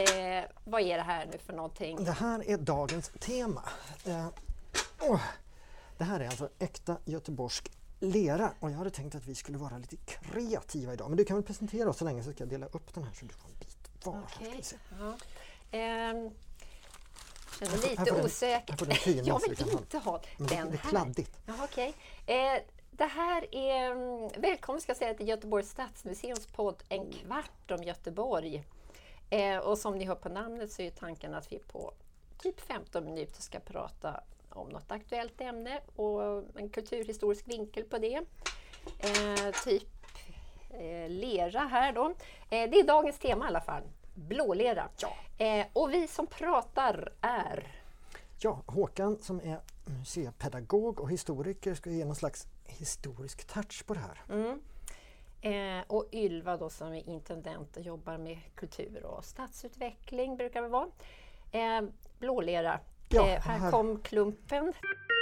Vad är det här nu för någonting? Det här är dagens tema. Det här är alltså äkta göteborgsk lera och jag hade tänkt att vi skulle vara lite kreativa idag. Men du kan väl presentera oss så länge så ska jag dela upp den här så du får en bit var. Okej. Ja. Jag är lite osäker. Jag vill inte ha den här. Det är kladdigt. Jaha, okej. Det här är, välkommen ska jag säga till Göteborgs stadsmuseums podd En kvart om Göteborg. Och som ni hör på namnet så är tanken att vi på typ 15 minuter ska prata om något aktuellt ämne och en kulturhistorisk vinkel på det. Lera här då. Det är dagens tema i alla fall. Blålera. Ja. Och vi som pratar är... Ja, Håkan som är museipedagog och historiker ska ge någon slags historisk touch på det här. Och Ylva då som är intendent och jobbar med kultur och stadsutveckling brukar det vara. Blålera. Ja, här kom klumpen.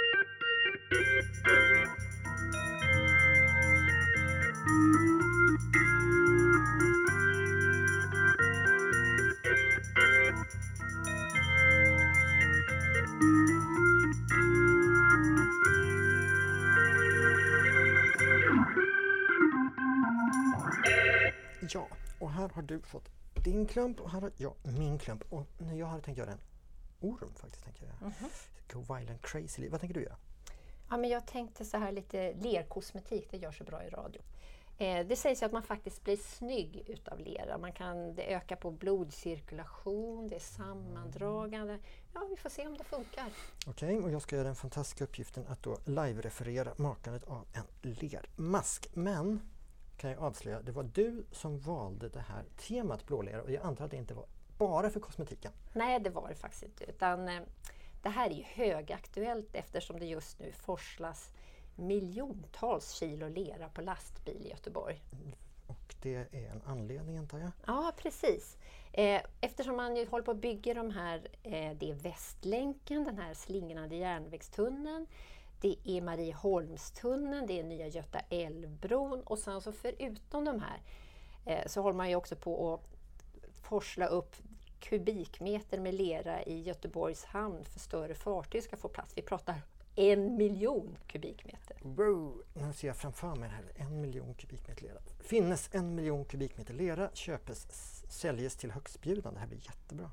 Ja, och här har du fått din klump och här har jag min klump. Och när jag hade tänkt göra en orm faktiskt. Tänker jag. Go wild and crazy. Vad tänker du göra? Ja, men jag tänkte så här lite lerkosmetik, det gör så bra i radio. Det sägs ju att man faktiskt blir snygg utav lera. Det ökar på blodcirkulation, det är sammandragande. Ja, vi får se om det funkar. Okej, och jag ska göra den fantastiska uppgiften att då live-referera makandet av en lermask. Men kan jag avslöja, det var du som valde det här temat blålera och jag antar att det inte var bara för kosmetiken. Nej, det var det faktiskt inte. Utan det här är ju högaktuellt eftersom det just nu forslas miljontals kilo lera på lastbil i Göteborg. Och det är en anledning antar jag? Ja, precis. Eftersom man ju håller på att bygga de här, det är Västlänken, den här slingrande järnvägstunneln. Det är Marieholmstunneln, det är nya Göta älvbron och sen så förutom de här så håller man ju också på att forsla upp kubikmeter med lera i Göteborgs hamn för större fartyg ska få plats. Vi pratar 1 miljon kubikmeter. Wow, nu ser jag framför mig här 1 miljon kubikmeter lera. Finnes 1 miljon kubikmeter lera, säljes till högstbjudande. Det här blir jättebra.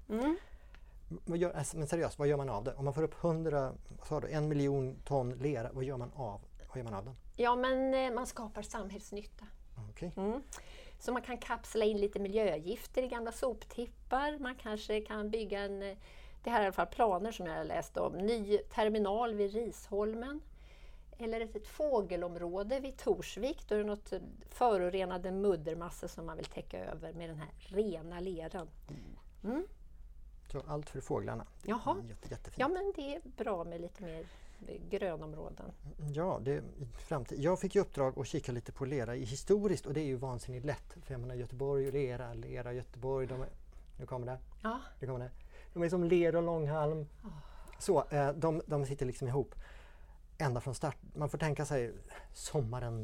Men seriöst, vad gör man av det? Om man får upp 1 miljon ton lera, vad gör man av den? Ja, men man skapar samhällsnytta. Okay. Så man kan kapsla in lite miljögifter i gamla soptippar. Man kanske kan bygga det här är i alla fall planer som jag har läst om, ny terminal vid Risholmen. Eller ett fågelområde vid Torsvik. Då är det något förorenade muddermassa som man vill täcka över med den här rena leran. Så allt för fåglarna. Jaha. Jättefint. Ja, men det är bra med lite mer grönområden. Ja, framtid. Jag fick i uppdrag att kika lite på lera i historiskt och det är ju vansinnigt lätt. För jag menar Göteborg och lera, Göteborg. Nu kommer det. Ja. De är som lera och långhalm. Så, de sitter liksom ihop. Ända från start. Man får tänka sig sommaren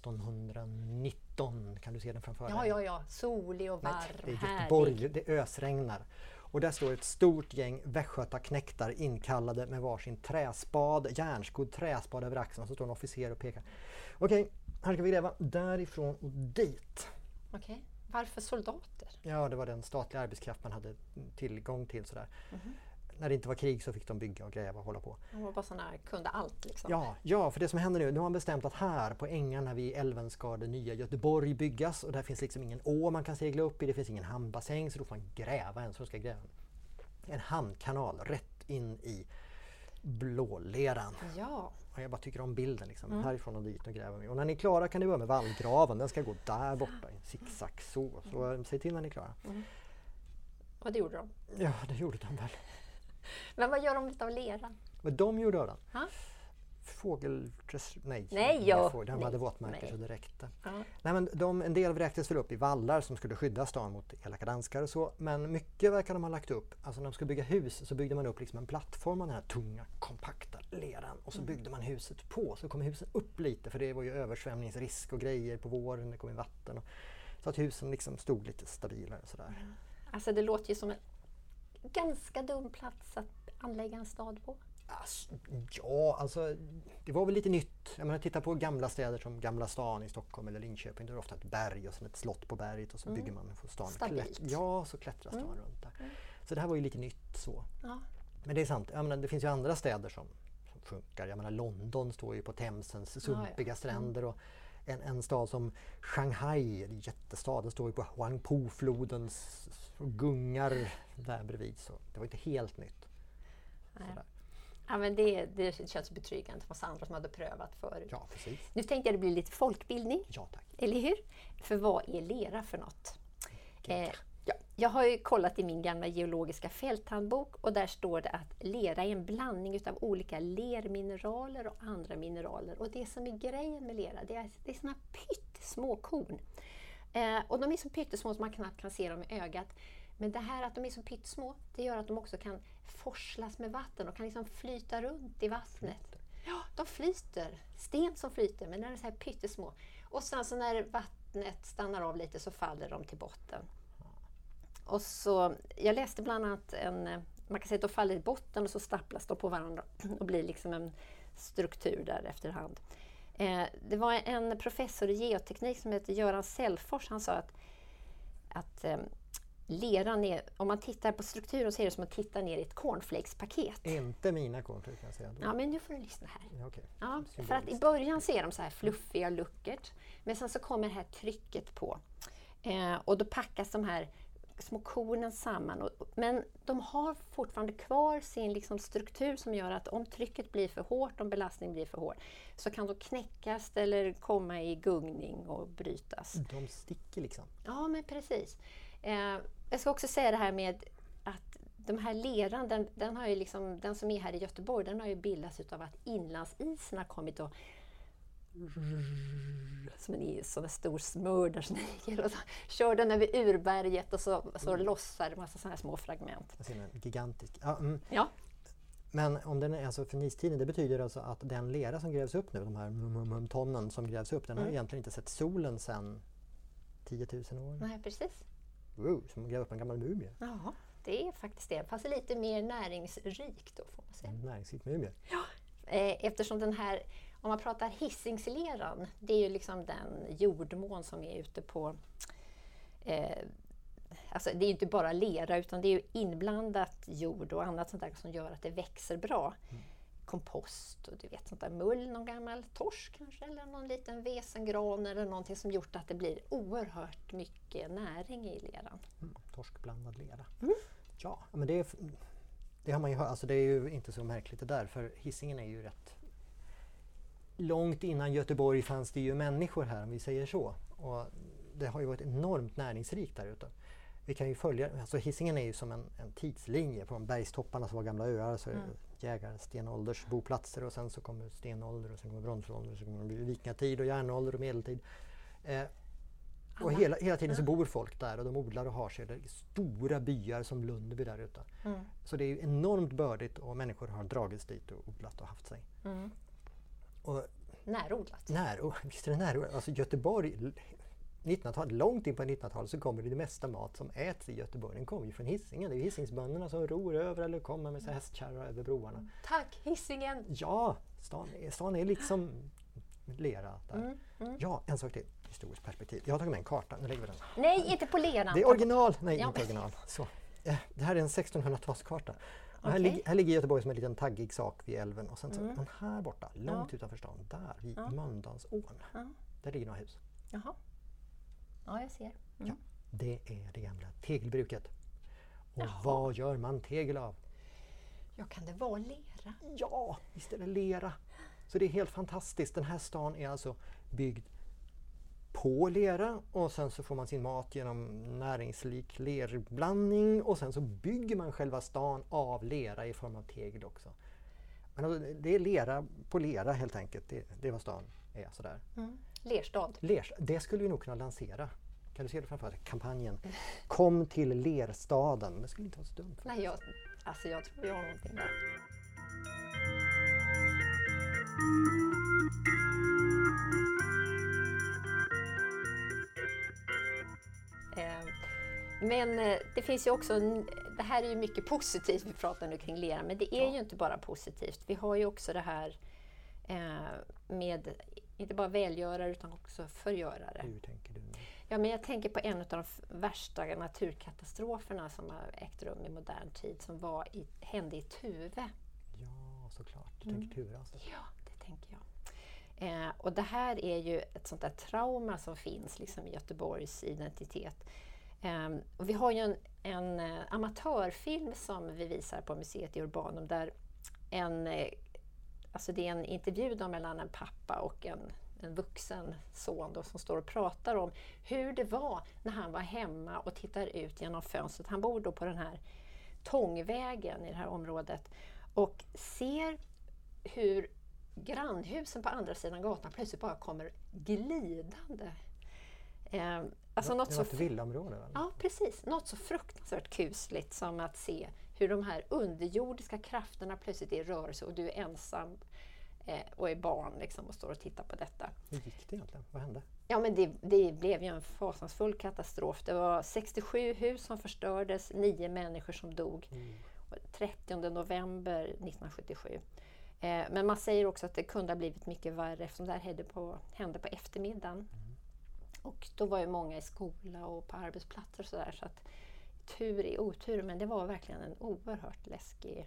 1619. Kan du se den framför dig? Ja. Solig och varm. Det är Göteborg, det ösregnar. Och där står ett stort gäng västgötaknäktar inkallade med varsin järnskodd träspad över axeln. Så står en officer och pekar. Okej, här ska vi gräva därifrån och dit. Okej, varför soldater? Ja, det var den statliga arbetskraft man hade tillgång till sådär. När det inte var krig så fick de bygga och gräva och hålla på. De var bara sådana här, kunde allt liksom. Ja, för det som händer nu har man bestämt att här på ängarna vid älven ska det nya Göteborg byggas och där finns liksom ingen å man kan segla upp i, det finns ingen hamnbassäng så då får man gräva en hamnkanal rätt in i blåleran. Ja. Och jag bara tycker om bilden liksom. Härifrån och dit och gräva med. Och när ni är klara kan ni börja med vallgraven, den ska gå där borta i zigzag så säg till när ni är klara. Och det gjorde de? Ja, det gjorde de väl. Men vad gör de av leran? Men de gjorde av den? De hade våtmarker så det räckte. Nej, men en del vräktes väl upp i vallar som skulle skydda stan mot elaka danskar och så. Men mycket verkar de ha lagt upp. Alltså när de skulle bygga hus så byggde man upp liksom en plattform av den här tunga, kompakta leran. Och så byggde man huset på. Så kom husen upp lite för det var ju översvämningsrisk och grejer på våren. Det kom in vatten. Så att husen liksom stod lite stabilare och sådär. Alltså det låter ju som en ganska dum plats att anlägga en stad på? Alltså det var väl lite nytt. Jag menar, titta på gamla städer som Gamla stan i Stockholm eller Linköping. Det är ofta ett berg och sen ett slott på berget och så bygger man för stan. Så klättrar stan runt där. Så det här var ju lite nytt så. Ja. Men det är sant. Jag menar, det finns ju andra städer som funkar. Jag menar, London står ju på Themsens sumpiga stränder och en stad som Shanghai, en jättestad, den står ju på Huangpu-floden och gungar där bredvid. Så det var inte helt nytt. Ja, men det känns betryggande. Det fanns andra som hade prövat förut. Ja, precis. Nu tänkte jag det blir lite folkbildning. Ja, tack. Eller hur? För vad är lera för något? Jag har ju kollat i min gamla geologiska fälthandbok och där står det att lera är en blandning utav olika lermineraler och andra mineraler. Och det som är grejen med lera, det är såna pyttesmå korn. Och de är så pyttesmå som man knappt kan se dem med ögat. Men det här att de är så pyttesmå, det gör att de också kan forslas med vatten och kan liksom flyta runt i vattnet. Ja, de flyter. Sten som flyter, men när de är så här pyttesmå. Och sen så när vattnet stannar av lite så faller de till botten. Och så, jag läste bland annat man kan säga att de faller i botten och så staplas de på varandra och blir liksom en struktur där efterhand. Det var en professor i geoteknik som heter Göran Sällfors. Han sa att leran är, om man tittar på strukturen så är det som att titta ner i ett cornflakespaket. Inte mina cornflakes kan jag säga. Ja, men nu får du lyssna här. Ja, okay. Ja, för att i början ser de så här fluffiga luckert, men sen så kommer det här trycket på. Och då packas de här små kornen samman. Men de har fortfarande kvar sin liksom struktur som gör att om trycket blir för hårt, om belastningen blir för hård, så kan de knäckas eller komma i gungning och brytas. De sticker liksom. Ja, men precis. Jag ska också säga det här med att de här leran, den har ju liksom, den som är här i Göteborg, den har ju bildats utav att inlandsisen har kommit och som en stor smördarsnigel och så kör den över urberget och så lossar det massa sådana här små fragment. Jag ser en gigantisk. Ja. Men om den är alltså för istiden, det betyder alltså att den lera som grävs upp nu, de här tonnen som grävs upp, den har egentligen inte sett solen sedan 10 000 år. Nej, precis. Wow, som gräver upp en gammal mumie. Ja, det är faktiskt det. Fast lite mer näringsrikt då, får man säga. Näringsrikt mumie. Ja. Eftersom den här, om man pratar Hisingsleran, det är ju liksom den jordmån som är ute på, alltså det är ju inte bara lera utan det är ju inblandat jord och annat sånt där som gör att det växer bra. Kompost och du vet sånt där mull, någon gammal torsk kanske eller någon liten vesengran eller någonting som gjort att det blir oerhört mycket näring i leran. Torskblandad lera. Ja, men det har man ju hört, alltså det är ju inte så märkligt det där, för Hisingen är ju rätt långt innan Göteborg fanns det ju människor här, om vi säger så. Och det har ju varit enormt näringsrikt där ute. Vi kan ju följa, alltså Hisingen är ju som en tidslinje på de bergstopparna som var gamla öar, så jägar, stenålders boplatser och sen så kommer stenålder och sen kommer bronsålder och sen kommer vikingatid och järnålder och medeltid. Och hela tiden så bor folk där och de odlar och har sig. Det är stora byar som Lundby där ute. Så det är ju enormt bördigt och människor har dragits dit och odlat och haft sig. Och närodlat. Visst är det närodlat. Alltså Göteborg, 1900-talet, långt in på 1900-talet så kommer det mesta mat som äts i Göteborg. Den kommer ju från Hisingen. Det är Hisingsbönderna som ror över eller kommer med hästkärrar över broarna. Tack Hisingen! Ja, stan är liksom lera där. Ja, en sak till. Historiskt perspektiv. Jag har tagit med en karta. Nu lägger vi den. Nej, inte på leran. Det är original. Nej, inte original. Så. Det här är en 1600-talstalskarta. Här ligger Göteborg som en liten taggig sak vid älven. Och sen så, men här borta, långt utanför stan, där vid Mölndalsån. Där ligger några hus. Jaha. Ja, jag ser. Ja, det är det gamla tegelbruket. Och vad gör man tegel av? Ja, kan det vara lera? Ja, visst är det lera. Så det är helt fantastiskt. Den här stan är alltså byggd på lera och sen så får man sin mat genom näringsrik lerblandning och sen så bygger man själva stan av lera i form av tegel också. Men alltså, det är lera på lera helt enkelt. Det är vad stan är sådär. Lerstad. Det skulle vi nog kunna lansera. Kan du se det framför dig? Kampanjen. Kom till lerstaden. Det skulle inte vara så dumt. Nej, jag tror jag har någonting där. Men det finns ju också det här är ju mycket positivt, vi pratar nu kring lera, men det är ju inte bara positivt. Vi har ju också det här med inte bara välgörare utan också förgörare. Hur tänker du nu? Ja, men jag tänker på en av de värsta naturkatastroferna som har ägt rum i modern tid, som hände i Tuve. Ja, såklart. Du tänker Tuve alltså? Ja, det tänker jag. Och det här är ju ett sånt där trauma som finns liksom i Göteborgs identitet. Och vi har ju en amatörfilm som vi visar på museet i Urbanum, där alltså det är en intervju då mellan en pappa och en vuxen son då, som står och pratar om hur det var när han var hemma och tittar ut genom fönstret. Han bor då på den här Tångvägen i det här området och ser hur grannhusen på andra sidan gatan plötsligt bara kommer glidande. Alltså det var ett villaområde? Eller? Ja, precis. Något så fruktansvärt kusligt som att se hur de här underjordiska krafterna plötsligt är i rörelse och du är ensam och är barn liksom, och står och tittar på detta. Hur gick det egentligen? Vad hände? Ja, men det blev ju en fasansfull katastrof. Det var 67 hus som förstördes, 9 människor som dog. 30 november 1977. Men man säger också att det kunde ha blivit mycket värre eftersom det här hände på eftermiddagen. Och då var ju många i skola och på arbetsplatser och sådär, så att tur i otur, men det var verkligen en oerhört läskig,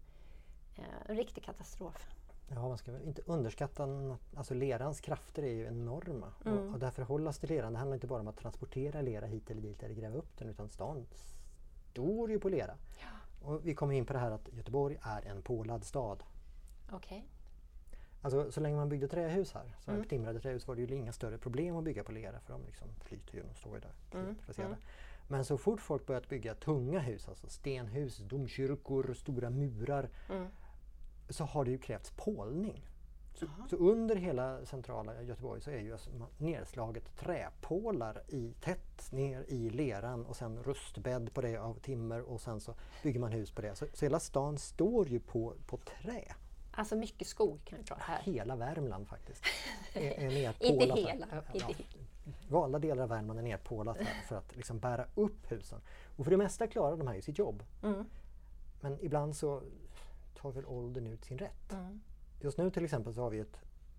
en riktig katastrof. Ja, man ska inte underskatta, alltså lerans krafter är ju enorma och därför hållas till leran. Det handlar inte bara om att transportera lera hit eller dit eller gräva upp den, utan stan står ju på lera. Ja. Och vi kommer in på det här att Göteborg är en pålad stad. Okej. Alltså så länge man byggde trähus här, så här timrade trähus, var det ju inga större problem att bygga på lera, för de liksom flyter ju och står ju där placerade. Men så fort folk börjat bygga tunga hus, alltså stenhus, domkyrkor, stora murar, så har det ju krävts pålning. Så under hela centrala Göteborg så är ju alltså nedslaget träpålar tätt ner i leran och sen rustbädd på det av timmer och sen så bygger man hus på det. Så hela stan står ju på trä. Alltså mycket skog kan vi prata här. Hela Värmland faktiskt är nerpålat. Inte hela. Valda delar av Värmland är nerpålat för att liksom bära upp husen. Och för det mesta klarar de här ju sitt jobb. Men ibland så tar väl åldern ut sin rätt. Just nu till exempel så har vi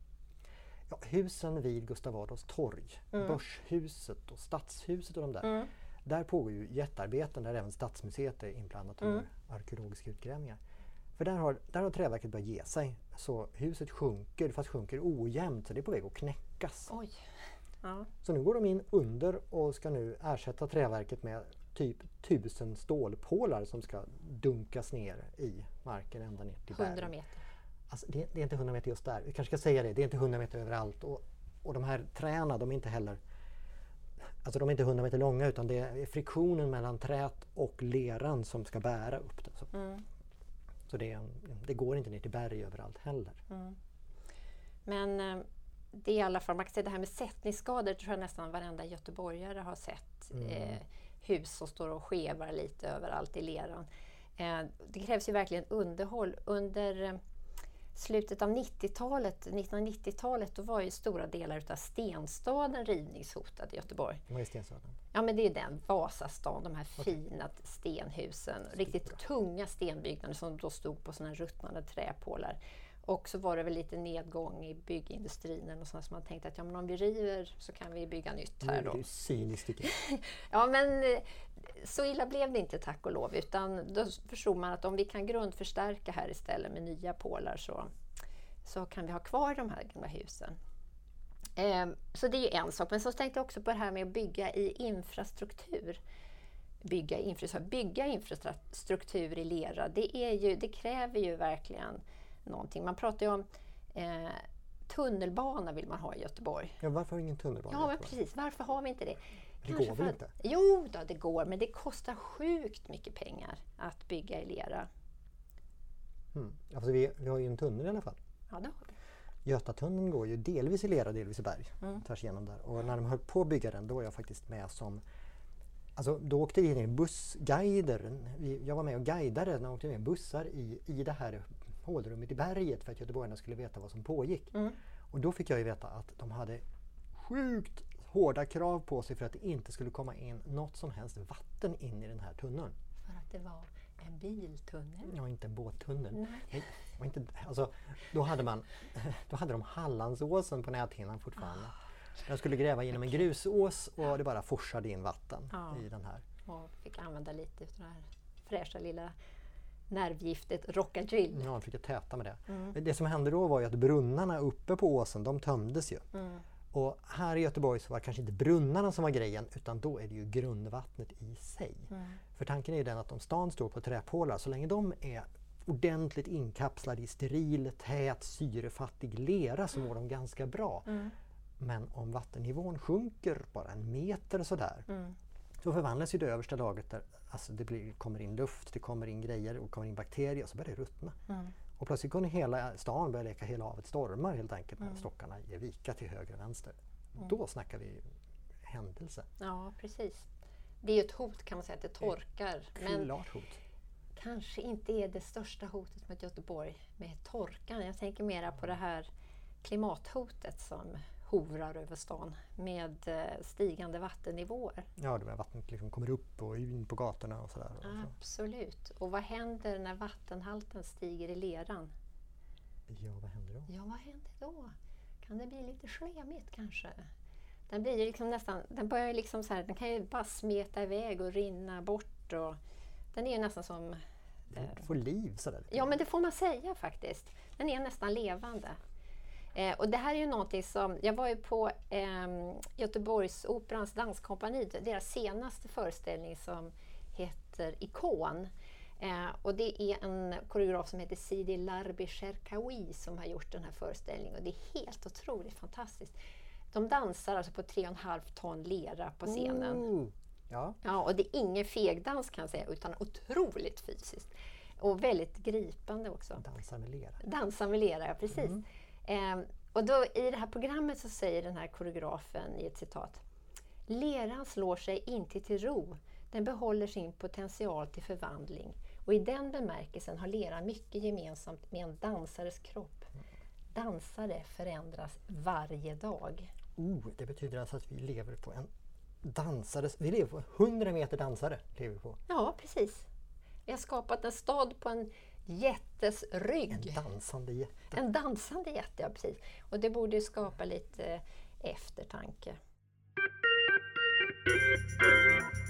husen vid Gustav Adolfs torg, Börshuset och Stadshuset och de där. Där pågår ju jättearbeten där även Stadsmuseet är inblandat i arkeologiska utgrävningar. För där har träverket börjat ge sig. Så huset sjunker, fast sjunker ojämnt, så det är på väg att knäckas. Oj. Ja. Så nu går de in under och ska nu ersätta träverket med typ 1000 stålpålar som ska dunkas ner i marken ända ner till berg. 100 meter. Alltså det är inte 100 meter just där. Vi kanske ska säga det är inte 100 meter överallt. Och de här träna, de är inte heller, alltså de är inte 100 meter långa, utan det är friktionen mellan trät och leran som ska bära upp det. Så det går inte ner till berg överallt heller. Men det är i alla fall, man kan säga det här med sättningsskador, tror jag nästan varenda göteborgare har sett. Hus som står och skevar lite överallt i leran. Det krävs ju verkligen underhåll. Under slutet av 1990-talet, då var ju stora delar av Stenstaden rivningshotad i Göteborg. Vad är Stenstaden? Ja, men det är den, Vasastan, de här fina stenhusen, riktigt tunga stenbyggnader som då stod på sådana ruttnande träpålar. Och så var det väl lite nedgång i byggindustrin och sånt, som man tänkte att om vi river så kan vi bygga nytt här då. Det är ju cyniskt tycker jag. Ja, men så illa blev det inte, tack och lov, utan då förstod man att om vi kan grundförstärka här istället med nya pålar så kan vi ha kvar de här gamla husen. Så det är ju en sak, men så tänkte jag också på det här med att bygga i infrastruktur. Bygga infrastruktur i lera, det kräver ju verkligen någonting. Man pratar ju om tunnelbana vill man ha i Göteborg. Ja, varför har vi ingen tunnelbana? Ja, men precis. Varför har vi inte det? Det går väl inte? Jo då, det går, men det kostar sjukt mycket pengar att bygga i lera. Alltså vi har ju en tunnel i alla fall. Ja, det har vi. Götatunneln går ju delvis i lera, delvis i berg. Tvärs igenom där. Och när de höll på att bygga den, då var jag faktiskt med som... Alltså då åkte det in bussguider. Jag var med och guidade när de åkte med bussar i det här hålrummet i berget för att göteborgarna skulle veta vad som pågick. Och då fick jag ju veta att de hade sjukt hårda krav på sig för att det inte skulle komma in något som helst vatten in i den här tunneln. För att det var en biltunnel? Ja, inte en båttunnel. Nej. Och inte, alltså, då hade de Hallandsåsen på näthinnan fortfarande. De skulle gräva genom en grusås och det bara forsade in vatten i den här. Och fick använda lite av det här fräscha lilla nervgiftet Rocadrill. Ja, de fick täta med det. Men det som hände då var ju att brunnarna uppe på åsen, de tömdes ju. Och här i Göteborg så var det kanske inte brunnarna som var grejen, utan då är det ju grundvattnet i sig. För tanken är ju den att om stan står på träpålar, så länge de är ordentligt inkapslade i steril, tät, syrefattig lera så mår de ganska bra. Men om vattennivån sjunker bara en meter sådär, så förvandlas ju det översta lagret där alltså kommer in luft, det kommer in grejer och kommer in bakterier och så börjar det ruttna. Och plötsligt kunde hela stan börja leka hela havet stormar helt enkelt när stockarna ger vika till höger och vänster. Då snackar vi händelse. Ja, precis. Det är ju ett hot kan man säga att det torkar. Men hot. Kanske inte är det största hotet mot Göteborg med torkan. Jag tänker mera på det här klimathotet som hovrar över stan med stigande vattennivåer. Ja, det vattnet liksom kommer upp och in på gatorna och sådär. Absolut. Och vad händer när vattenhalten stiger i leran? Ja, vad händer då? Ja, vad händer då? Kan det bli lite slemigt kanske? Den blir ju liksom nästan, den börjar liksom så här, den kan ju bara smeta iväg och rinna bort och den är ju nästan som... Den får liv sådär. Ja, men det får man säga faktiskt. Den är nästan levande. Och det här är ju någonting som, jag var ju på Göteborgs Operans danskompani, deras senaste föreställning som heter Ikon. Och det är en koreograf som heter Sidi Larbi Cherkaoui som har gjort den här föreställningen och det är helt otroligt fantastiskt. De dansar alltså på 3,5 ton lera på scenen. Ja, och det är ingen fegdans kan jag säga utan otroligt fysiskt. Och väldigt gripande också. Dansar med lera, ja precis. Och då i det här programmet så säger den här koreografen i ett citat: leran slår sig inte till ro, den behåller sin potential till förvandling och i den bemärkelsen har leran mycket gemensamt med en dansares kropp. Dansare förändras varje dag. Det betyder alltså att vi lever på en dansares, vi lever på 100 meter dansare lever vi på. Ja, precis. Vi har skapat en stad på en jättes rygg. En dansande jätte, ja precis. Och det borde skapa lite eftertanke.